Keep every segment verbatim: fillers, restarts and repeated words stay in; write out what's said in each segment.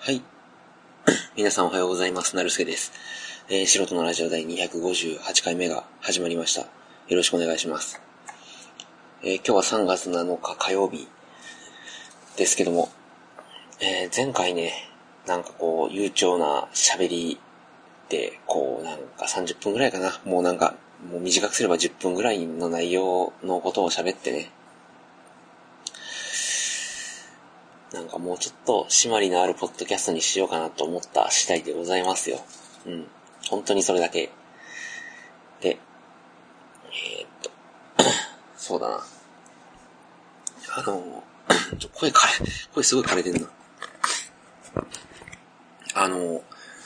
はい。皆さんおはようございます。なるすけです。えー、素人のラジオ第にひゃくごじゅうはちかいめが始まりました。よろしくお願いします。えー、今日はさんがつなのか火曜日ですけども、えー、前回ね、なんかこう、悠長な喋りで、こう、なんかさんじゅっぷんぐらいかな。もうなんか、もう短くすればじゅっぷんぐらいの内容のことを喋ってね、なんかもうちょっと締まりのあるポッドキャストにしようかなと思った次第でございますよ。うん。本当にそれだけ。で、えー、っと、そうだな。あの、ちょ声枯れ、声すごい枯れてんな。あの、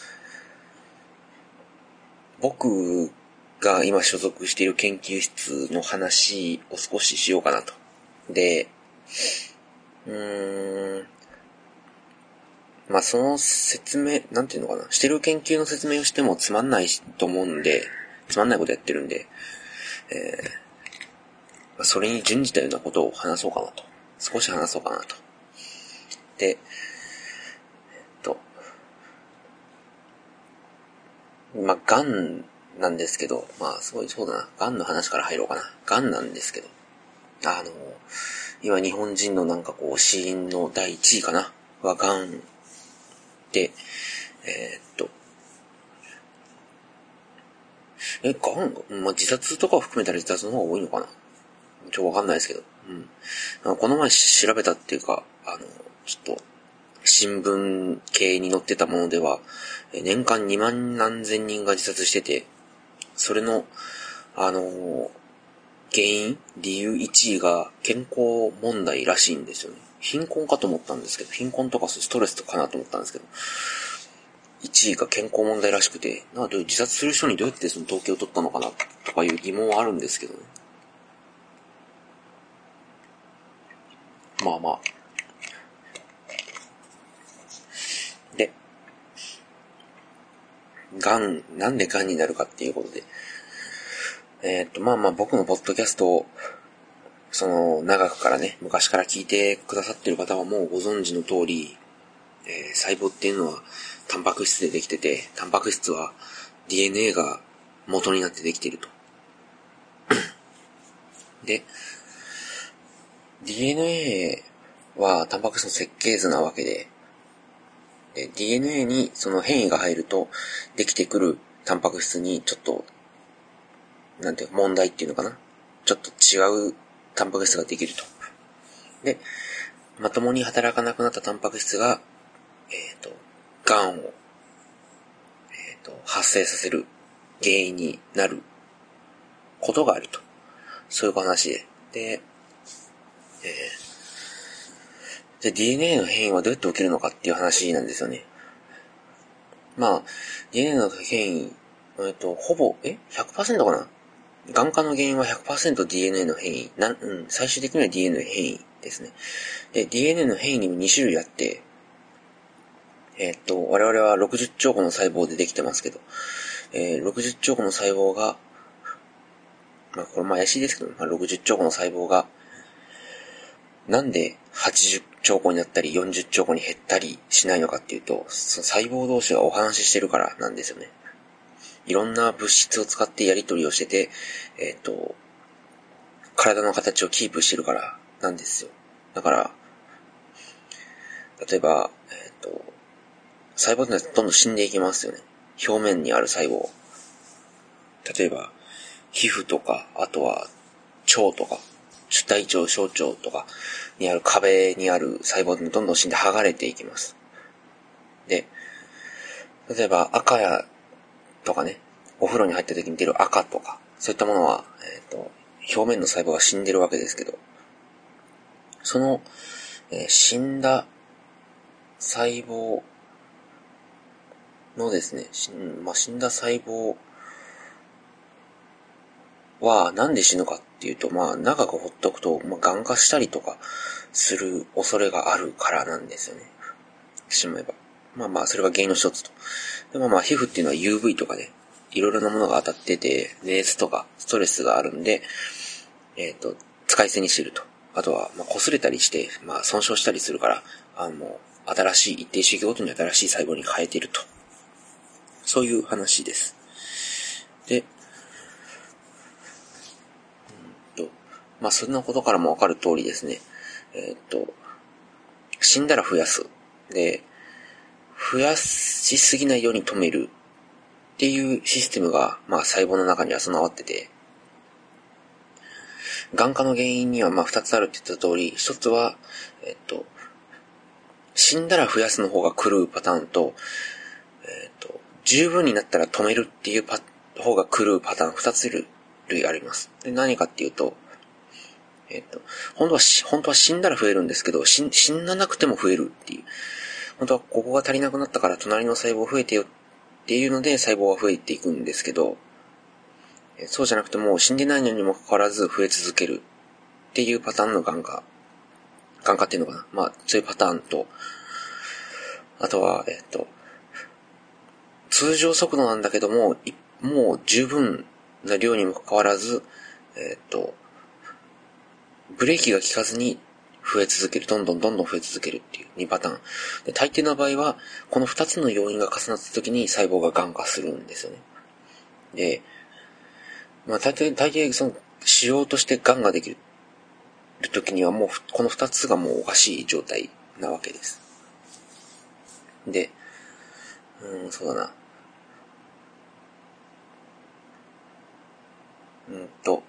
僕が今所属している研究室の話を少ししようかなと。で、うーん、まあ、その説明、なんていうのかな。してる研究の説明をしてもつまんないと思うんで、つまんないことやってるんで、えー、それに準じたようなことを話そうかなと。少し話そうかなと。で、えっと、まあ、癌なんですけど、まあ、すごいそうだな。癌の話から入ろうかな。癌なんですけど、あの、今日本人のなんかこう、死因のだいいちいかなは癌で、えー、っと、え、癌まあ、自殺とかを含めたら自殺の方が多いのかなちょっとわかんないですけど。うん。あのこの前調べたっていうか、あの、ちょっと、新聞系に載ってたものでは、年間にまんなんぜんにんが自殺してて、それの、あのー、原因理由いちいが健康問題らしいんですよね。貧困かと思ったんですけど、貧困とかストレスとかなと思ったんですけど、いちいが健康問題らしくて、なので自殺する人にどうやってその統計を取ったのかなとかいう疑問はあるんですけどね。まあまあ。で、癌、なんで癌になるかっていうことで、えー、っと、まあまあ僕のポッドキャストを、その、長くからね、昔から聞いてくださってる方はもうご存知の通り、えー、細胞っていうのはタンパク質でできてて、タンパク質は ディーエヌエー が元になってできていると。で、ディーエヌエー はタンパク質の設計図なわけで、で ディーエヌエー にその変異が入るとできてくるタンパク質にちょっと、なんていうか問題っていうのかな。ちょっと違うタンパク質ができると。で、まともに働かなくなったタンパク質が、えっと、癌を、えっと、発生させる原因になることがあると。そういう話で。で、えー、で ディーエヌエー の変異はどうやって起きるのかっていう話なんですよね。まあ、ディーエヌエー の変異、えっと、ほぼ、え ?ひゃくパーセント かな癌化の原因は ひゃくパーセントディーエヌエー の変異。な、うん、最終的には ディーエヌエー 変異ですね。で、ディーエヌエー の変異にもに種類あって、えっと、我々はろくじゅっちょうこの細胞でできてますけど、えー、ろくじゅっちょうこの細胞が、まあ、これまあ怪しいですけど、まあ、ろくじゅっちょうこの細胞が、なんではちじゅっちょうこになったりよんじゅっちょうこに減ったりしないのかっていうと、その細胞同士がお話ししてるからなんですよね。いろんな物質を使ってやり取りをしてて、えっと、体の形をキープしてるからなんですよ。だから、例えば、えっと、細胞ってのはどんどん死んでいきますよね。表面にある細胞。例えば、皮膚とか、あとは、腸とか、大腸、小腸とかにある壁にある細胞ってどんどん死んで剥がれていきます。で、例えば赤やとかね、お風呂に入った時に出る赤とか、そういったものは、えっと、表面の細胞が死んでるわけですけど、その、えー、死んだ細胞のですね、死ん、まあ、死んだ細胞はなんで死ぬかっていうと、まあ、長くほっとくと、まあ、癌化したりとかする恐れがあるからなんですよね。しまえば。まあまあ、それが原因の一つと。でもまあ、皮膚っていうのは ユーブイ とかね、いろいろなものが当たってて、熱とかストレスがあるんで、えっと、使い捨てにしてると。あとは、まあ、擦れたりして、まあ、損傷したりするから、あの、 新しい、一定周期ごとに新しい細胞に変えていると。そういう話です。で、うんと、まあ、そんなことからもわかる通りですね。えー、っと、死んだら増やす。で、増やしすぎないように止めるっていうシステムが、まあ、細胞の中には備わってて、癌化の原因にはまあ二つあるって言った通り、一つは、えっと、死んだら増やすの方が狂うパターンと、えっと、十分になったら止めるっていうパ方が狂うパターン二つ類あります。で、何かっていうと、えっと、本当はし、本当は死んだら増えるんですけど、死、死ななくても増えるっていう。本当はここが足りなくなったから隣の細胞増えてよっていうので細胞は増えていくんですけど、そうじゃなくても死んでないのにもかかわらず増え続けるっていうパターンの癌化。癌化っていうのかな。まあ、そういうパターンと、あとは、えっと、通常速度なんだけども、もう十分な量にもかかわらず、えっと、ブレーキが効かずに増え続ける。どんどんどんどん増え続けるっていうにパターン。で、大抵の場合は、このふたつの要因が重なった時に細胞が癌化するんですよね。で、まあ大抵、大抵その、仕様として癌ができる時にはもう、このふたつがもうおかしい状態なわけです。で、うん、そうだな。うんと、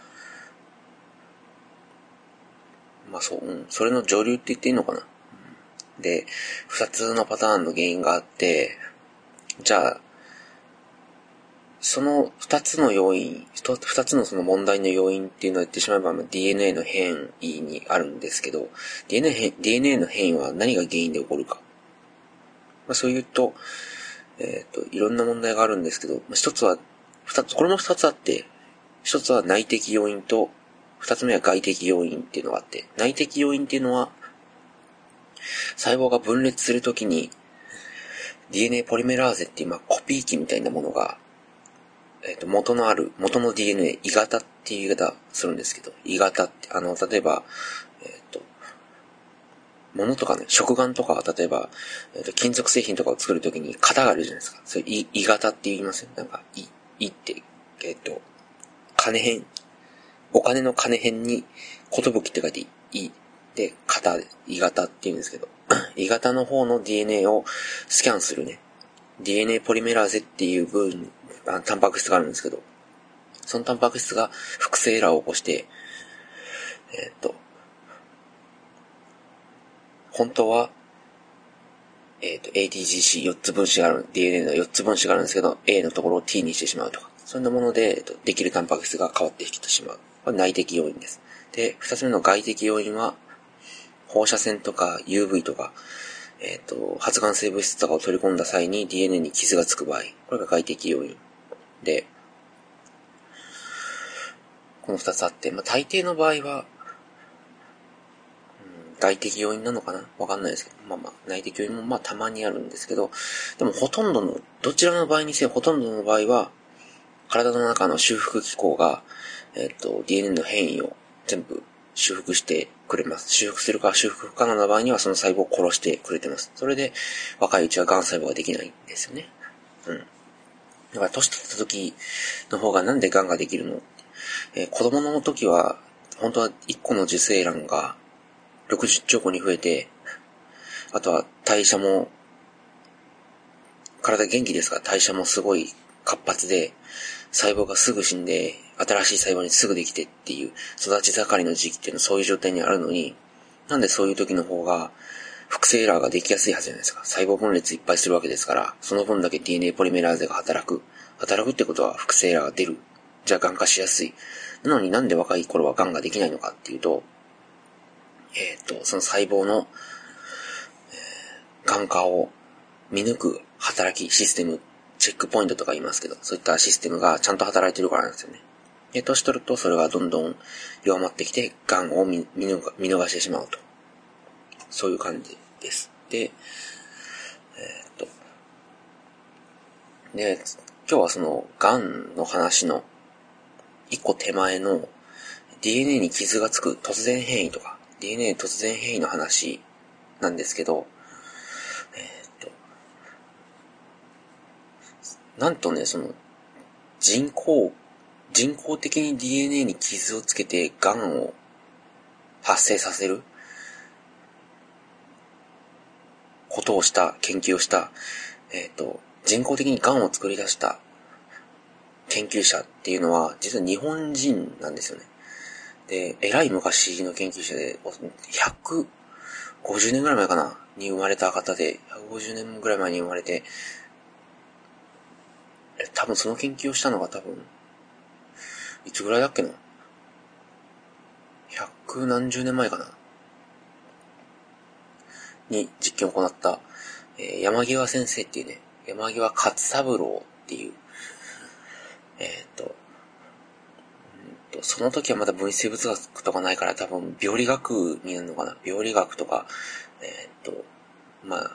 まあそう、うん、それの上流って言っていいのかな。で、二つのパターンの原因があって、じゃあ、その二つの要因、二つのその問題の要因っていうのを言ってしまえば、まあ、ディーエヌエー の変異にあるんですけど、ディーエヌエー 変、ディーエヌエー の変異は何が原因で起こるか。まあそう言うと、えっと、いろんな問題があるんですけど、一つは、二つ、これも二つあって、一つは内的要因と、二つ目は外的要因っていうのがあって、内的要因っていうのは、細胞が分裂するときに、ディーエヌエー ポリメラーゼっていう、まあ、コピー機みたいなものが、えっと、元のある、元の ディーエヌエー、イ型っていう言い方するんですけど、イ型って、あの、例えば、えっと、物とかね、食玩とかは、例えば、えっと、金属製品とかを作るときに型があるじゃないですか。それ、イ、イ型って言いますよ。なんか、イ、イって、えっと、金編、お金の金編に、ことぶきって書いて、イで、型、イ型って言うんですけど、イ型の方の ディーエヌエー をスキャンするね、ディーエヌエー ポリメラーゼっていう分、あタンパク質があるんですけど、そのタンパク質が複製エラーを起こして、えー、っと、本当は、えー、っと、エーティージーシーよっ つ分子がある、ディーエヌエー のよっつ分子があるんですけど、A のところを T にしてしまうとか、そんなもので、えー、っと、できるタンパク質が変わってきてしまう。これ内的要因です。で、二つ目の外的要因は、放射線とか ユーブイ とか、えっと、発がん性物質とかを取り込んだ際に ディーエヌエー に傷がつく場合、これが外的要因。で、この二つあって、まあ、大抵の場合は、うん、外的要因なのかなわかんないですけど、まあまあ、内的要因もまあたまにあるんですけど、でもほとんどの、どちらの場合にせよほとんどの場合は、体の中の修復機構が、えっと、ディーエヌエー の変異を全部修復してくれます。修復するか修復不可能な場合にはその細胞を殺してくれてます。それで若いうちは癌細胞ができないんですよね。うん。だから年取った時の方がなんで癌ができるの、えー、子供の時は本当はいっこの受精卵がろくじゅっちょうこに増えて、あとは代謝も、体元気ですから代謝もすごい活発で、細胞がすぐ死んで、新しい細胞にすぐできてっていう、育ち盛りの時期っていうのはそういう状態にあるのに、なんでそういう時の方が、複製エラーができやすいはずじゃないですか。細胞分裂いっぱいするわけですから、その分だけ ディーエヌエー ポリメラーゼが働く。働くってことは複製エラーが出る。じゃあ癌化しやすい。なのになんで若い頃は癌ができないのかっていうと、えっと、その細胞の、えー、癌化を見抜く働きシステム、チェックポイントとか言いますけど、そういったシステムがちゃんと働いてるからなんですよね。で、年取るとそれがどんどん弱まってきて、癌を見逃してしまうと。そういう感じです。で、えー、っと、で、今日はその癌の話の一個手前の ディーエヌエー に傷がつく突然変異とか、ディーエヌエー 突然変異の話なんですけど、 なんとね、その、人工、人工的に ディーエヌエー に傷をつけて癌を発生させることをした、研究をした、えっと、人工的に癌を作り出した研究者っていうのは、実は日本人なんですよね。で、えらい昔の研究者で、ひゃくごじゅうねんぐらい前かなに生まれた方で、ひゃくごじゅうねんぐらい前に生まれて、多分その研究をしたのが多分、いつぐらいだっけな百何十年前かなに実験を行った、えー、山際先生っていうね、山際勝三郎っていう、えー、っと、その時はまだ分子生物学とかないから多分病理学になるのかな病理学とか、えー、っと、まあ、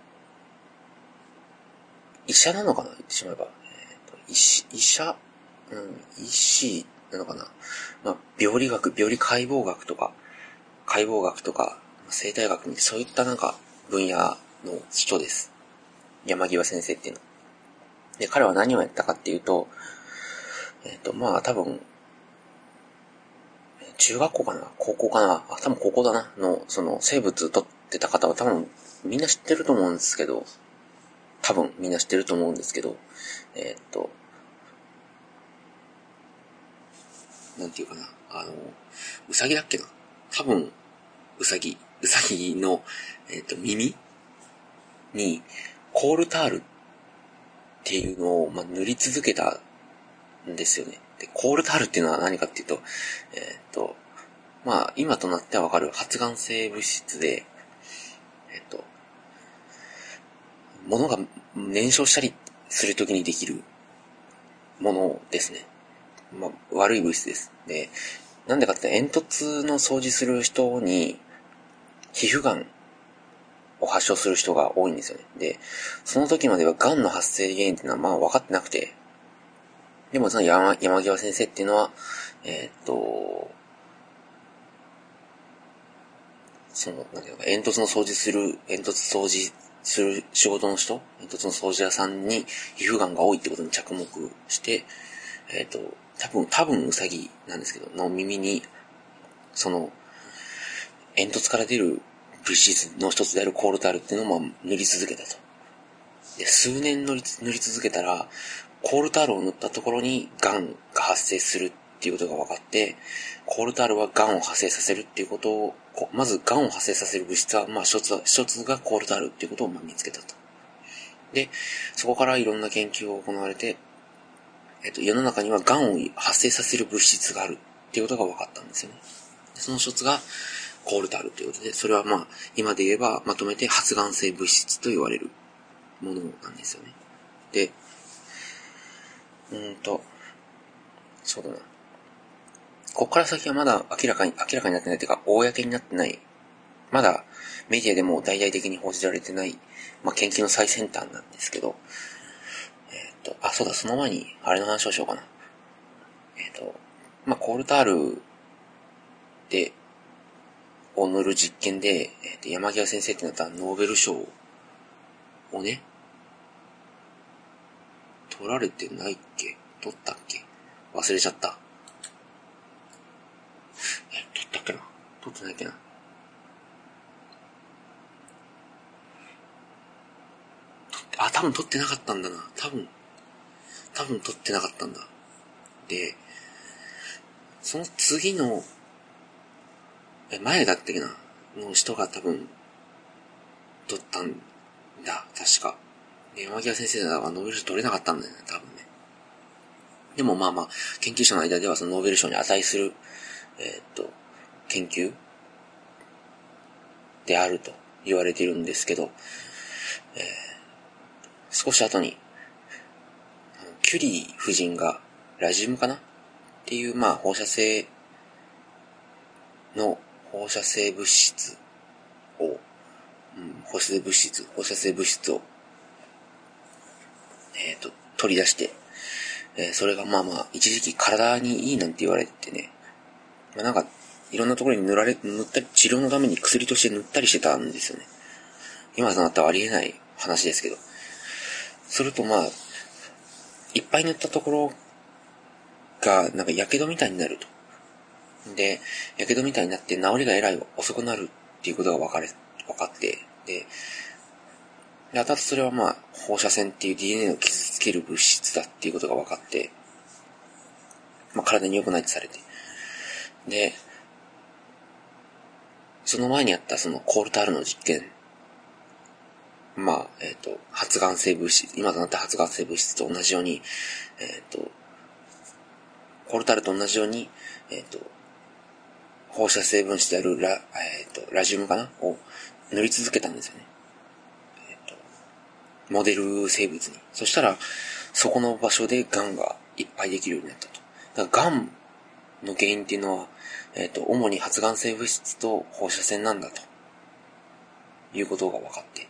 医者なのかな言ってしまえば。えー、っと医師、医者うん、医師なのかなまあ、病理学、病理解剖学とか、解剖学とか、生態学にそういったなんか分野の人です。山際先生っていうの。で、彼は何をやったかっていうと、えっと、まあ多分、中学校かな高校かなあ、多分高校だなの、その生物取ってた方は多分みんな知ってると思うんですけど、多分みんな知ってると思うんですけど、えっと、なんていうかな、あの、うさぎだっけな多分、うさぎ、うさぎの、えっと、耳に、コールタールっていうのを、まあ、塗り続けたんですよね。で、コールタールっていうのは何かっていうと、えっと、まあ、今となってはわかる発がん性物質で、えっと、物が燃焼したりするときにできるものですね。まあ、悪い物質です。で、なんでかって煙突の掃除する人に、皮膚がんを発症する人が多いんですよね。で、その時まではがんの発生原因っていうのはまあ分かってなくて、でもその山山際先生っていうのは、えー、っと、その、なんていうか、煙突の掃除する、煙突掃除する仕事の人、煙突の掃除屋さんに皮膚がんが多いってことに着目して、えー、っと、多分、多分ウサギなんですけど、の耳に、その、煙突から出る物質の一つであるコールタールっていうのをまあ塗り続けたと。で、数年塗り塗り続けたら、コールタールを塗ったところに癌が発生するっていうことが分かって、コールタールは癌を発生させるっていうことを、まず癌を発生させる物質は、まあ一つは、一つがコールタールっていうことをまあ見つけたと。で、そこからいろんな研究が行われて、えっと、世の中には癌を発生させる物質があるっていうことが分かったんですよね。その一つがコールタールということで、それはまあ、今で言えばまとめて発がん性物質と言われるものなんですよね。で、うーんと、そうだな。ここから先はまだ明らかに、明らかになってないというか、公になってない。まだメディアでも大々的に報じられてない、まあ、研究の最先端なんですけど、えっと、あ、そうだ、その前に、あれの話をしようかな。えっと、まあ、コールタールで、を塗る実験で、えっと、山際先生ってなったノーベル賞をね、取られてないっけ取ったっけ忘れちゃった。え、取ったっけな取ってないっけなあ、多分取ってなかったんだな。多分、多分取ってなかったんだ。で、その次の、え、前だったっけなの人が多分、取ったんだ。確か。で、山際先生だからノーベル賞取れなかったんだよね、多分ね。でもまあまあ、研究者の間ではそのノーベル賞に値する、えー、っと、研究であると言われているんですけど、えー、少し後に、キュリー夫人がラジウムかなっていう、まあ、放射性の放射性物質を、うん、放射性物質、放射性物質を、えっと、取り出して、えー、それがまあまあ、一時期体にいいなんて言われてね、まあなんか、いろんなところに塗られ、塗ったり、治療のために薬として塗ったりしてたんですよね。今となったらありえない話ですけど。するとまあ、 いっぱい塗ったところが、なんか火傷みたいになると。で、火傷みたいになって治りがえらい遅くなるっていうことが分かれ、分かって、で、で、あとそれはまあ、放射線っていう ディーエヌエー を傷つける物質だっていうことが分かって、まあ体に良くないとされて。で、その前にあったそのコールタールの実験、まあ、えっと、発がん性物質、今となった発がん性物質と同じように、えっと、コルタールと同じように、えっと、放射性分子であるラ、えっと、ラジウムかなを塗り続けたんですよね。えっと、モデル生物に。そしたら、そこの場所で癌がいっぱいできるようになったと。だから癌の原因っていうのは、えっと、主に発がん性物質と放射線なんだということが分かって、えー、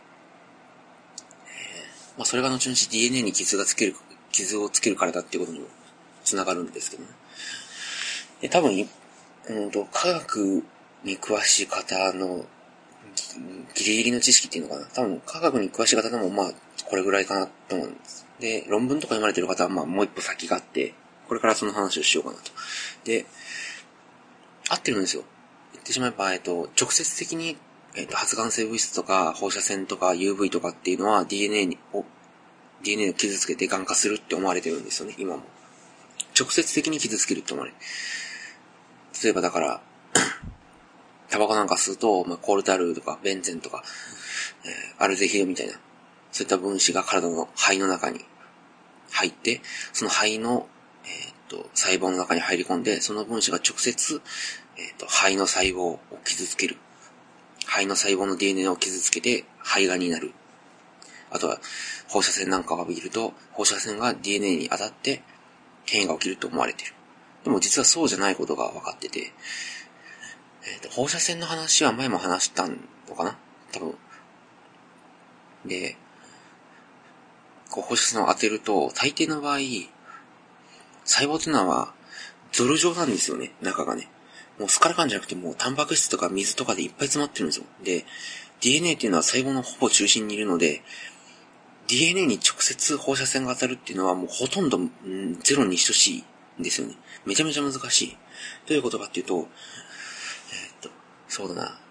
まあそれが後々 ディーエヌエー に傷がつける、傷をつけるからだっていうことにもつながるんですけどね。で、多分、うんと、科学に詳しい方のギリギリの知識っていうのかな。多分、科学に詳しい方でもまあ、これぐらいかなと思うんです。で、論文とか読まれてる方はまあ、もう一歩先があって、これからその話をしようかなと。で、合ってるんですよ。言ってしまえば、えっと、直接的に、えっと、発がん性物質とか、放射線とか、ユーブイ とかっていうのは ディーエヌエー に、を、ディーエヌエー を傷つけて癌化するって思われてるんですよね、今も。直接的に傷つけるって思われる。例えばだから、タバコなんか吸うと、まあ、コールタルとか、ベンゼンとか、えー、アルデヒドみたいな、そういった分子が体の肺の中に入って、その肺の、えー、っと、細胞の中に入り込んで、その分子が直接、えー、っと、肺の細胞を傷つける。肺の細胞の ディーエヌエー を傷つけて、肺がんになる。あとは、放射線なんかを浴びると、放射線が ディーエヌエー に当たって、変異が起きると思われている。でも実はそうじゃないことが分かってて、えっと、放射線の話は前も話したのかな多分。で、こう放射線を当てると、大抵の場合、細胞というのは、ゾル状なんですよね、中がね。もうスカル感じゃなくて、もうタンパク質とか水とかでいっぱい詰まってるんですよ。で、ディーエヌエー っていうのは細胞のほぼ中心にいるので、ディーエヌエー に直接放射線が当たるっていうのはもうほとんど、ん、ゼロに等しいんですよね。めちゃめちゃ難しい。どういうことかっていうと、えー、っと、そうだな。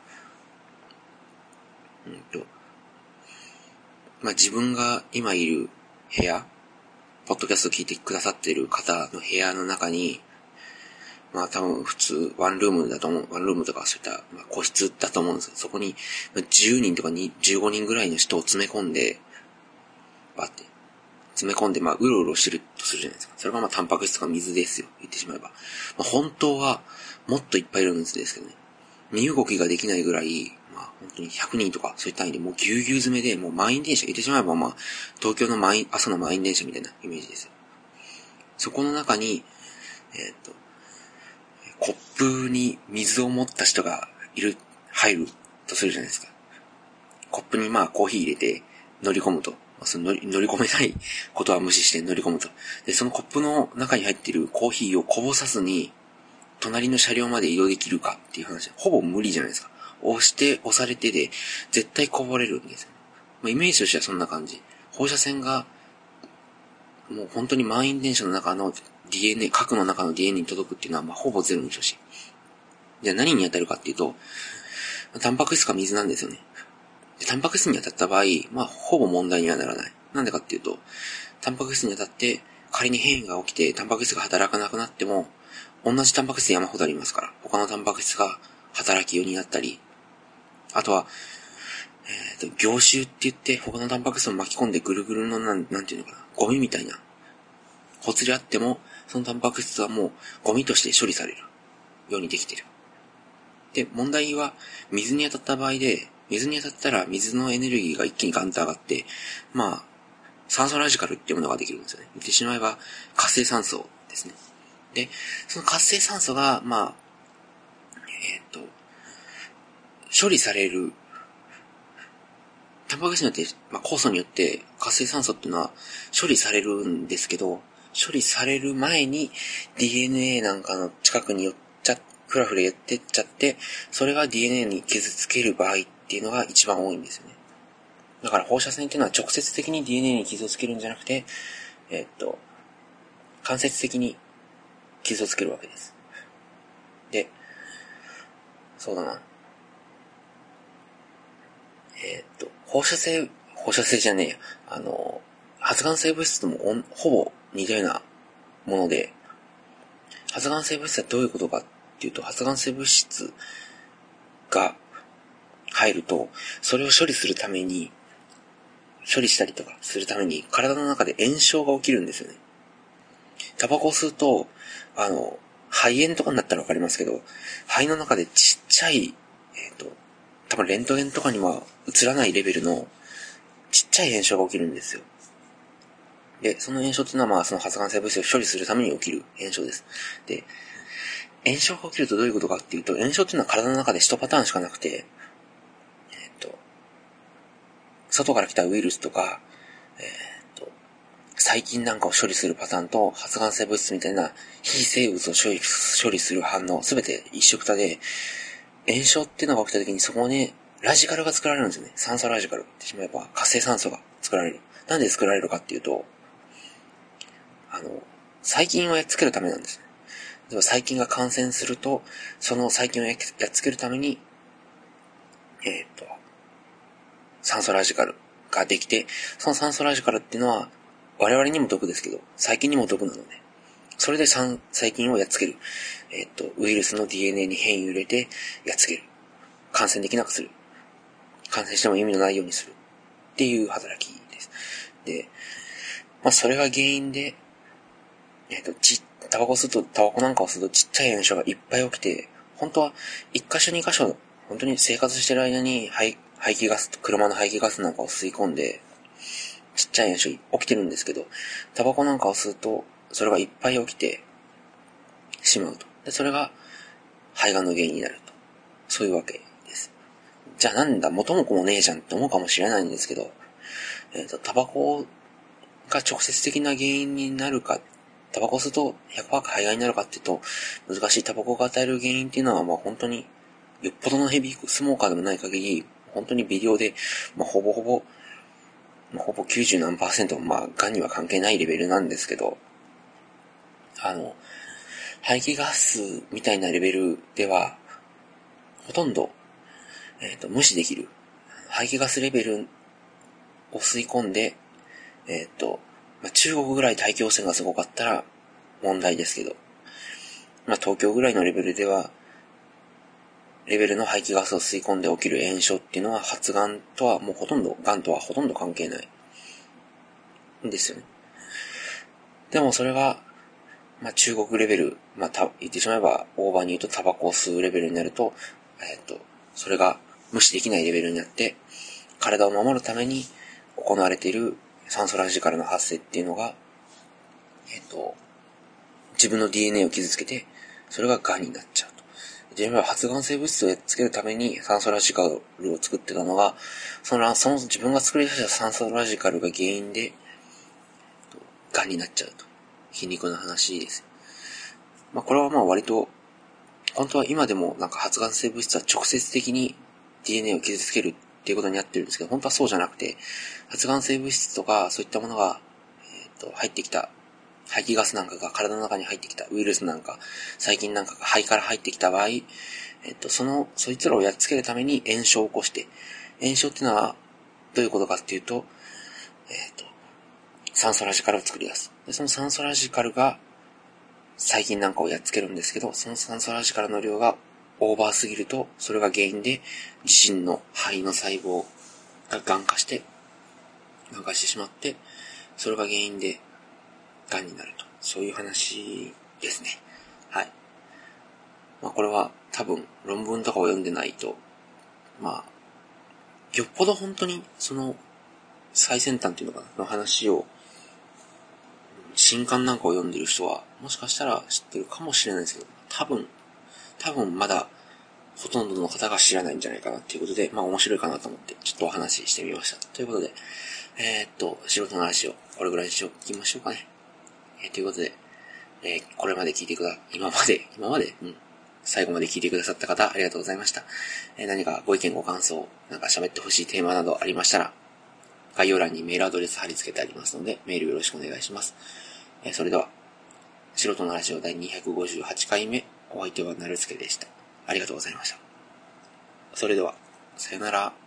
うんと、まあ、自分が今いる部屋、ポッドキャスト聞いてくださっている方の部屋の中に、まあ多分普通ワンルームだと思う、ワンルームとかそういった、まあ、個室だと思うんですよ。そこにじゅうにんとかにじゅうごにんぐらいの人を詰め込んで、バって、詰め込んでまあうろうろしてるとするじゃないですか。それがまあタンパク質とか水ですよ。言ってしまえば。まあ、本当はもっといっぱいいるんですけどね。身動きができないぐらい、まあ本当にひゃくにんとかそういった単位でもうぎゅうぎゅう詰めで、もう満員電車、言ってしまえばまあ東京の満員、朝の満員電車みたいなイメージですよ。そこの中に、えっと、コップに水を持った人がいる、入るとするじゃないですか。コップにまあコーヒー入れて乗り込むと。その乗り、乗り込めないことは無視して乗り込むと。で、そのコップの中に入っているコーヒーをこぼさずに、隣の車両まで移動できるかっていう話。ほぼ無理じゃないですか。押して、押されてで、絶対こぼれるんですよ。まあ、イメージとしてはそんな感じ。放射線が、もう本当に満員電車の中の ディーエヌエー、核の中の ディーエヌエー に届くっていうのは、まあ、ほぼゼロに等しい。じゃあ何に当たるかっていうと、タンパク質か水なんですよね。でタンパク質に当たった場合、まあ、ほぼ問題にはならない。なんでかっていうと、タンパク質に当たって、仮に変異が起きて、タンパク質が働かなくなっても、同じタンパク質山ほどありますから、他のタンパク質が働きようになったり、あとは、えっと、凝集って言って、他のタンパク質を巻き込んでぐるぐるのなん、なんていうのかな、ゴミみたいな、ほつれあっても、そのタンパク質はもうゴミとして処理されるようにできている。で、問題は、水に当たった場合で、水に当たったら水のエネルギーが一気にガンと上がって、まあ、酸素ラジカルっていうものができるんですよね。言ってしまえば、活性酸素ですね。で、その活性酸素が、まあ、えっと、処理される、タンパク質によって、まあ、酵素によって活性酸素っていうのは処理されるんですけど、処理される前に ディーエヌエー なんかの近くに寄っちゃ、ふらふら寄ってっちゃって、それが ディーエヌエー に傷つける場合っていうのが一番多いんですよね。だから放射線っていうのは直接的に ディーエヌエー に傷をつけるんじゃなくて、 えー、っと、間接的に傷をつけるわけです。で、そうだな。えー、っと、放射性、放射性じゃねえや。あの、発がん性物質ともほぼ似たようなもので、発がん性物質はどういうことかっていうと、発がん性物質が入ると、それを処理するために、処理したりとかするために、体の中で炎症が起きるんですよね。タバコを吸うと、あの、肺炎とかになったらわかりますけど、肺の中でちっちゃい、えっと、多分レントゲンとかには映らないレベルのちっちゃい炎症が起きるんですよ。で、その炎症っていうのはまあその発がん性物質を処理するために起きる炎症です。で、炎症が起きるとどういうことかっていうと、炎症っていうのは体の中で一パターンしかなくて、えっと、外から来たウイルスとか、えっと、細菌なんかを処理するパターンと発がん性物質みたいな非生物を処理処理する反応、すべて一緒くたで、炎症っていうのが起きた時にそこにラジカルが作られるんですよね。酸素ラジカルってしまえば活性酸素が作られる。なんで作られるかっていうと、あの、細菌をやっつけるためなんですね。例えば細菌が感染すると、その細菌をやっつけるために、えっと、酸素ラジカルができて、その酸素ラジカルっていうのは、我々にも毒ですけど、細菌にも毒なので、それで細菌をやっつける。えっと、ウイルスの ディーエヌエー に変異を入れて、やっつける。感染できなくする。感染しても意味のないようにする。っていう働きです。で、まあ、それが原因で、えっと、ち、タバコ吸うと、タバコなんかを吸うとちっちゃい炎症がいっぱい起きて、本当は一箇所二箇所、本当に生活してる間に排、排気ガス、車の排気ガスなんかを吸い込んで、ちっちゃい炎症起きてるんですけど、タバコなんかを吸うと、それがいっぱい起きてしまうと。で、それが肺がんの原因になると。そういうわけです。じゃあなんだ、元も子もねえじゃんって思うかもしれないんですけど、えっと、タバコが直接的な原因になるか、タバコ吸うと ひゃくパーセント 肺がんになるかっていうと、難しい。タバコが与える原因っていうのは、まあ本当に、よっぽどのヘビースモーカーでもない限り、本当に微量で、まあほぼほぼ、まあ、ほぼきゅうじゅう何パーセント、まあ、癌には関係ないレベルなんですけど、あの、排気ガスみたいなレベルでは、ほとんど、えっと、無視できる。排気ガスレベルを吸い込んで、えっと、まあ、中国ぐらい大気汚染がすごかったら問題ですけど、まあ、東京ぐらいのレベルでは、レベルの排気ガスを吸い込んで起きる炎症っていうのは発がんとはもうほとんど、癌とはほとんど関係ない。んですよね。でもそれが、まあ、中国レベル、まあ、た、言ってしまえば、オーバーに言うとタバコを吸うレベルになると、えっと、それが無視できないレベルになって、体を守るために行われている酸素ラジカルの発生っていうのが、えっと、自分の ディーエヌエー を傷つけて、それが癌になっちゃうと。自分は発がん性物質をやっつけるために酸素ラジカルを作ってたのが、その、その自分が作り出した酸素ラジカルが原因で、癌になっちゃうと。皮肉な話です。まあこれはまあ割と、本当は今でもなんか発がん性物質は直接的に ディーエヌエー を傷つけるっていうことになってるんですけど、本当はそうじゃなくて、発がん性物質とかそういったものが、えっと、入ってきた、排気ガスなんかが体の中に入ってきた、ウイルスなんか、細菌なんかが肺から入ってきた場合、えっと、その、そいつらをやっつけるために炎症を起こして、炎症っていうのはどういうことかっていうと、えっと、酸素ラジカルを作り出す。で、その酸素ラジカルが細菌なんかをやっつけるんですけど、その酸素ラジカルの量がオーバーすぎると、それが原因で自身の肺の細胞が癌化して、癌化してしまって、それが原因で癌になると。そういう話ですね。はい。まあこれは多分論文とかを読んでないと、まあ、よっぽど本当にその最先端っていうのかな、の話を新刊なんかを読んでる人は、もしかしたら知ってるかもしれないですけど、多分、多分まだ、ほとんどの方が知らないんじゃないかなっていうことで、まあ面白いかなと思って、ちょっとお話ししてみました。ということで、えー、っと、素人の話をこれぐらいにしておきましょうかね。えー、ということで、えー、これまで聞いてくだ、今まで、今まで、うん、最後まで聞いてくださった方、ありがとうございました。えー、何かご意見ご感想、なんか喋ってほしいテーマなどありましたら、 概要欄にメールアドレス貼り付けてありますので、メールよろしくお願いします。えー、それでは、素人のラジオ第にひゃくごじゅうはちかいめ、お相手はなるすけでした。ありがとうございました。それでは、さよなら。